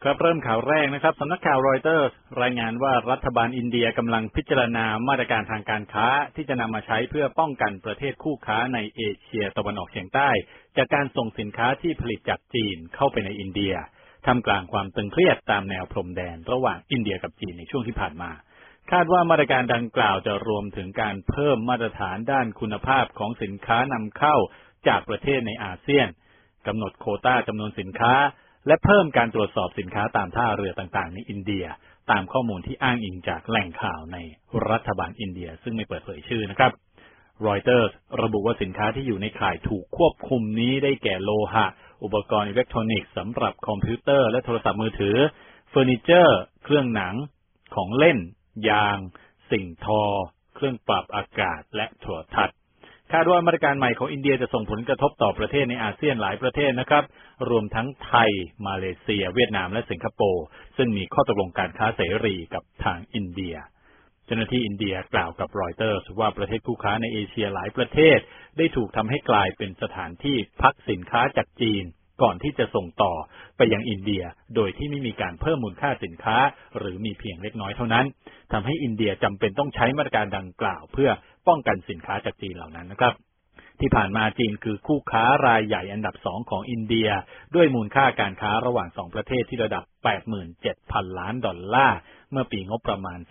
ครับเริ่มข่าวแรกนะครับสำนักข่าวรอยเตอร์รายงานว่ารัฐบาลอินเดียกำลังพิจารณามาตรการทางการค้าที่จะนำมาใช้เพื่อป้องกันประเทศคู่ค้าในเอเชียตะวันออกเฉียงใต้จากการส่งสินค้าที่ผลิตจากจีนเข้าไปในอินเดียท่ามกลางความตึงเครียดตามแนวพรมแดนระหว่างอินเดียกับจีนในช่วงที่ผ่านมาคาดว่ามาตรการดังกล่าวจะรวมถึงการเพิ่มมาตรฐานด้านคุณภาพของสินค้านำเข้าจากประเทศในอาเซียนกำหนดโควต้าจำนวนสินค้าและเพิ่มการตรวจสอบสินค้าตามท่าเรือต่างๆในอินเดียตามข้อมูลที่อ้างอิงจากแหล่งข่าวในรัฐบาลอินเดียซึ่งไม่เปิดเผยชื่อนะครับรอยเตอร์ระบุว่าสินค้าที่อยู่ในข่ายถูกควบคุมนี้ได้แก่โลหะอุปกรณ์อิเล็กทรอนิกส์สำหรับคอมพิวเตอร์และโทรศัพท์มือถือเฟอร์นิเจอร์เครื่องหนังของเล่นยางสิ่งทอเครื่องปรับอากาศและโทรทัศน์คาดว่ามาตรการใหม่ของอินเดียจะส่งผลกระทบต่อประเทศในอาเซียนหลายประเทศนะครับรวมทั้งไทยมาเลเซียเวียดนามและสิงคโปร์ซึ่งมีข้อตกลงการค้าเสรีกับทางอินเดียเจ้าหน้าที่อินเดียกล่าวกับรอยเตอร์ว่าประเทศคู่ค้าในเอเชียหลายประเทศได้ถูกทำให้กลายเป็นสถานที่พักสินค้าจากจีนก่อนที่จะส่งต่อไปยังอินเดียโดยที่ไม่มีการเพิ่มมูลค่าสินค้าหรือมีเพียงเล็กน้อยเท่านั้นทำให้อินเดียจำเป็นต้องใช้มาตรการดังกล่าวเพื่อป้องกันสินค้าจากจีนเหล่านั้นนะครับที่ผ่านมาจีนคือคู่ค้ารายใหญ่อันดับ2ของอินเดียด้วยมูลค่าการค้าระหว่าง2ประเทศที่ระดับ 87,000 ล้านดอลลาร์เมื่อปีงบประมาณ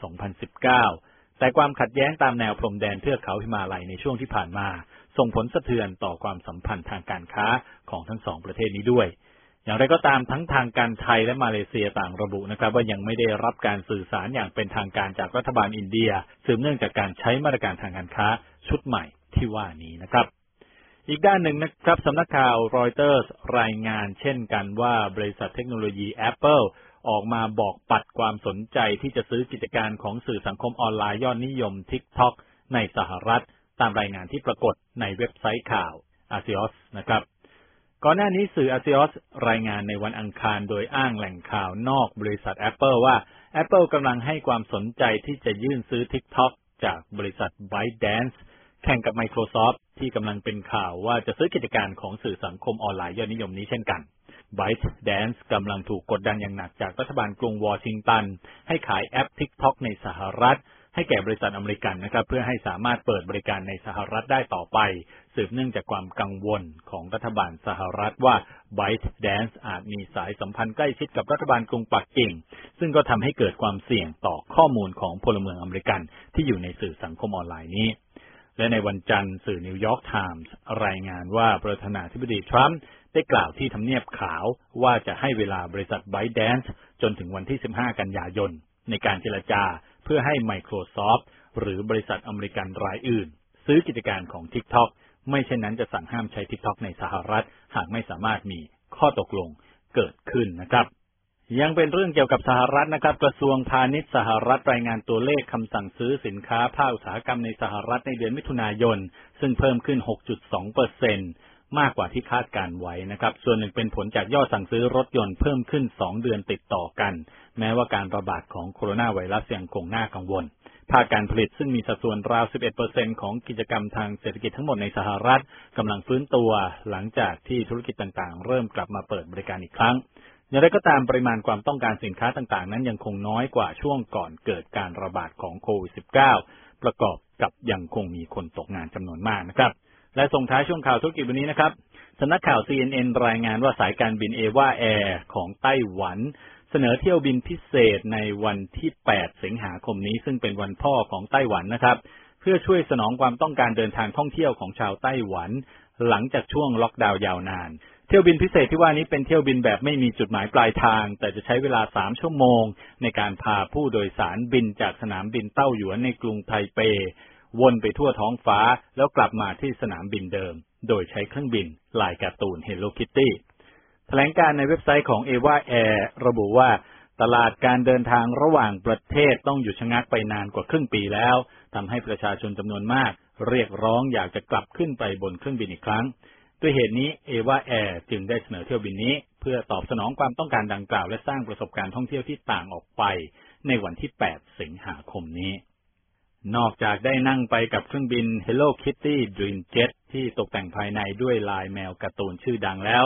2019 แต่ความขัดแย้งตามแนวพรมแดนเทือกเขาหิมาลัยในช่วงที่ผ่านมาส่งผลสะเทือนต่อความสัมพันธ์ทางการค้าของทั้งสองประเทศนี้ด้วยอย่างไรก็ตามทั้งทางการไทยและมาเลเซียต่างระบุนะครับว่ายังไม่ได้รับการสื่อสารอย่างเป็นทางการจากรัฐบาลอินเดียสืบเนื่องจากการใช้มาตรการทางการค้าชุดใหม่ที่ว่านี้นะครับอีกด้านหนึ่งนะครับสำนักข่าวรอยเตอร์รายงานเช่นกันว่าบริษัทเทคโนโลยี Apple ออกมาบอกปัดความสนใจที่จะซื้อกิจการของสื่อสังคมออนไลน์ยอดนิยม TikTok ในสหรัฐตามรายงานที่ปรากฏในเว็บไซต์ข่าว Axios นะครับก่อนหน้านี้สื่อ Axios รายงานในวันอังคารโดยอ้างแหล่งข่าวนอกบริษัท Apple ว่า Apple กำลังให้ความสนใจที่จะยื่นซื้อ TikTok จากบริษัท ByteDance แข่งกับ Microsoft ที่กำลังเป็นข่าวว่าจะซื้อกิจการของสื่อสังคมออนไลน์ยอดนิยมนี้เช่นกัน ByteDance กำลังถูกกดดันอย่างหนักจากรัฐบาลกรุงวอชิงตันให้ขายแอป TikTok ในสหรัฐให้แก่บริษัทอเมริกันนะครับเพื่อให้สามารถเปิดบริการในสหรัฐได้ต่อไปสืบเนื่องจากความกังวลของรัฐบาลสหรัฐว่า ByteDance อาจมีสายสัมพันธ์ใกล้ชิดกับรัฐบาลกรุงปักกิ่งซึ่งก็ทำให้เกิดความเสี่ยงต่อข้อมูลของพลเมืองอเมริกันที่อยู่ในสื่อสังคมออนไลน์นี้และในวันจันทร์สื่อนิวยอร์กไทมส์รายงานว่าประธานาธิบดีทรัมป์ได้กล่าวที่ทำเนียบขาวว่าจะให้เวลาบริษัท ByteDance จนถึงวันที่ 15 กันยายนในการเจรจาเพื่อให้ Microsoft หรือบริษัทอเมริกันรายอื่นซื้อกิจการของ TikTok ไม่เช่นนั้นจะสั่งห้ามใช้ TikTok ในสหรัฐหากไม่สามารถมีข้อตกลงเกิดขึ้นนะครับยังเป็นเรื่องเกี่ยวกับสหรัฐนะครับกระทรวงพาณิชย์สหรัฐรายงานตัวเลขคำสั่งซื้อสินค้าภาคอุตสาหกรรมในสหรัฐในเดือนมิถุนายนซึ่งเพิ่มขึ้น 6.2%มากกว่าที่คาดการไว้นะครับส่วนหนึ่งเป็นผลจากยอดสั่งซื้อรถยนต์เพิ่มขึ้น2เดือนติดต่อกันแม้ว่าการระบาดของโคโรนาไวรัสยังคงน่ากังวลภาคการผลิตซึ่งมีสัดส่วนราว 11% ของกิจกรรมทางเศรษฐกิจทั้งหมดในสหรัฐกำลังฟื้นตัวหลังจากที่ธุรกิจต่างๆเริ่มกลับมาเปิดบริการอีกครั้งอย่างไรก็ตามปริมาณความต้องการสินค้าต่างๆนั้นยังคงน้อยกว่าช่วงก่อนเกิดการระบาดของโควิด -19 ประกอบกับยังคงมีคนตกงานจำนวนมากนะครับและส่งท้ายช่วงข่าวธุรกิจวันนี้นะครับสำนักข่าว CNN รายงานว่าสายการบินเอวาแอร์ของไต้หวันเสนอเที่ยวบินพิเศษในวันที่ 8 สิงหาคมนี้ซึ่งเป็นวันพ่อของไต้หวันนะครับเพื่อช่วยสนองความต้องการเดินทางท่องเที่ยวของชาวไต้หวันหลังจากช่วงล็อกดาวน์ยาวนานเที่ยวบินพิเศษที่ว่านี้เป็นเที่ยวบินแบบไม่มีจุดหมายปลายทางแต่จะใช้เวลา3ชั่วโมงในการพาผู้โดยสารบินจากสนามบินเต้าหยวนในกรุงไทเปวนไปทั่วท้องฟ้าแล้วกลับมาที่สนามบินเดิมโดยใช้เครื่องบินลายการ์ตูน Hello Kitty แถลงการในเว็บไซต์ของ Eva Air ระบุว่าตลาดการเดินทางระหว่างประเทศต้องหยุดชะงักไปนานกว่าครึ่งปีแล้วทำให้ประชาชนจำนวนมากเรียกร้องอยากจะกลับขึ้นไปบนเครื่องบินอีกครั้งด้วยเหตุนี้ Eva Air จึงได้เสนอเที่ยวบินนี้เพื่อตอบสนองความต้องการดังกล่าวและสร้างประสบการณ์ท่องเที่ยวที่ต่างออกไปในวันที่ 8 สิงหาคมนี้นอกจากได้นั่งไปกับเครื่องบิน Hello Kitty Dream Jet ที่ตกแต่งภายในด้วยลายแมวการ์ตูนชื่อดังแล้ว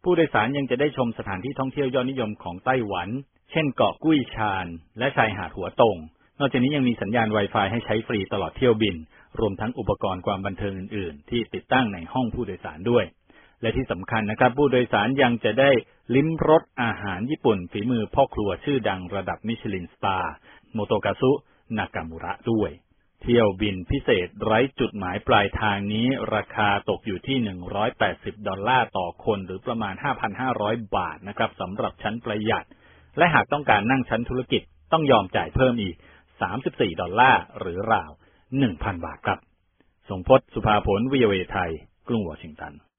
ผู้โดยสารยังจะได้ชมสถานที่ท่องเที่ยวยอดนิยมของไต้หวันเช่นเกาะกุ้ยชานและชายหาดหัวตงนอกจากนี้ยังมีสัญญาณ Wi-Fi ให้ใช้ฟรีตลอดเที่ยวบินรวมทั้งอุปกรณ์ความบันเทิงอื่นๆที่ติดตั้งในห้องผู้โดยสารด้วยและที่สำคัญนะครับผู้โดยสารยังจะได้ลิ้มรสอาหารญี่ปุ่นฝีมือพ่อครัวชื่อดังระดับมิชลินสตาร์โมโตกาซุนากามุระด้วยเที่ยวบินพิเศษไร้จุดหมายปลายทางนี้ราคาตกอยู่ที่$180ต่อคนหรือประมาณ 5,500 บาทนะครับสำหรับชั้นประหยัดและหากต้องการนั่งชั้นธุรกิจต้องยอมจ่ายเพิ่มอีก$34หรือราว 1,000 บาทครับทรงพจน์ สุภาผล VOA ไทยกรุงวอชิงตัน